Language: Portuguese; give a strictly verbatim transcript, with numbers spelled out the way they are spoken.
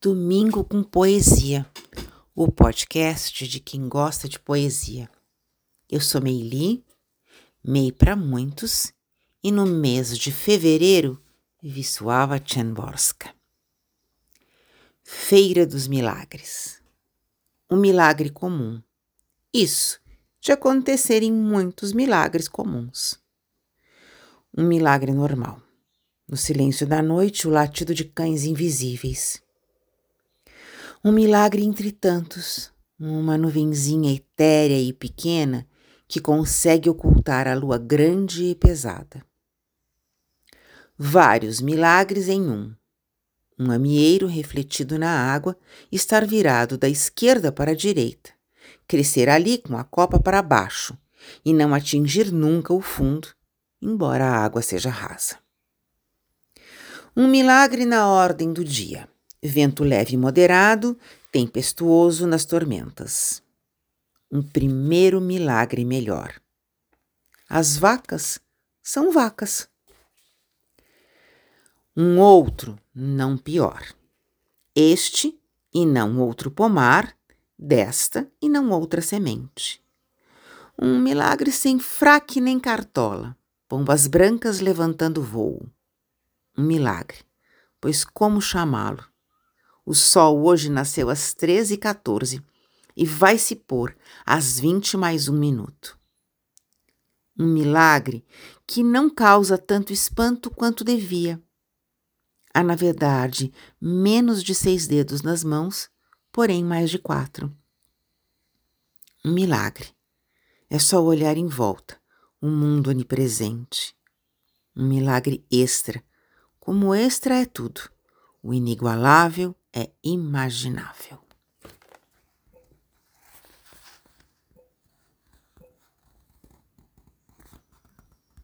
Domingo com Poesia, o podcast de quem gosta de poesia. Eu sou Meili, Mei para muitos, e no mês de fevereiro, Wisława Szymborska. Feira dos Milagres. Um milagre comum. Isso, de acontecerem muitos milagres comuns. Um milagre normal. No silêncio da noite, o latido de cães invisíveis. Um milagre entre tantos, uma nuvenzinha etérea e pequena que consegue ocultar a lua grande e pesada. Vários milagres em um. Um amieiro refletido na água estar virado da esquerda para a direita, crescer ali com a copa para baixo e não atingir nunca o fundo, embora a água seja rasa. Um milagre na ordem do dia. Vento leve e moderado, tempestuoso nas tormentas. Um primeiro milagre melhor. As vacas são vacas. Um outro, não pior. Este e não outro pomar, desta e não outra semente. Um milagre sem fraque nem cartola, pombas brancas levantando voo. Um milagre, pois como chamá-lo? O sol hoje nasceu às treze e quatorze e vai se pôr às vinte mais um minuto. Um milagre que não causa tanto espanto quanto devia. Há, na verdade, menos de seis dedos nas mãos, porém mais de quatro. Um milagre. É só olhar em volta, o mundo onipresente. Um milagre extra, como extra é tudo. O inigualável é imaginável.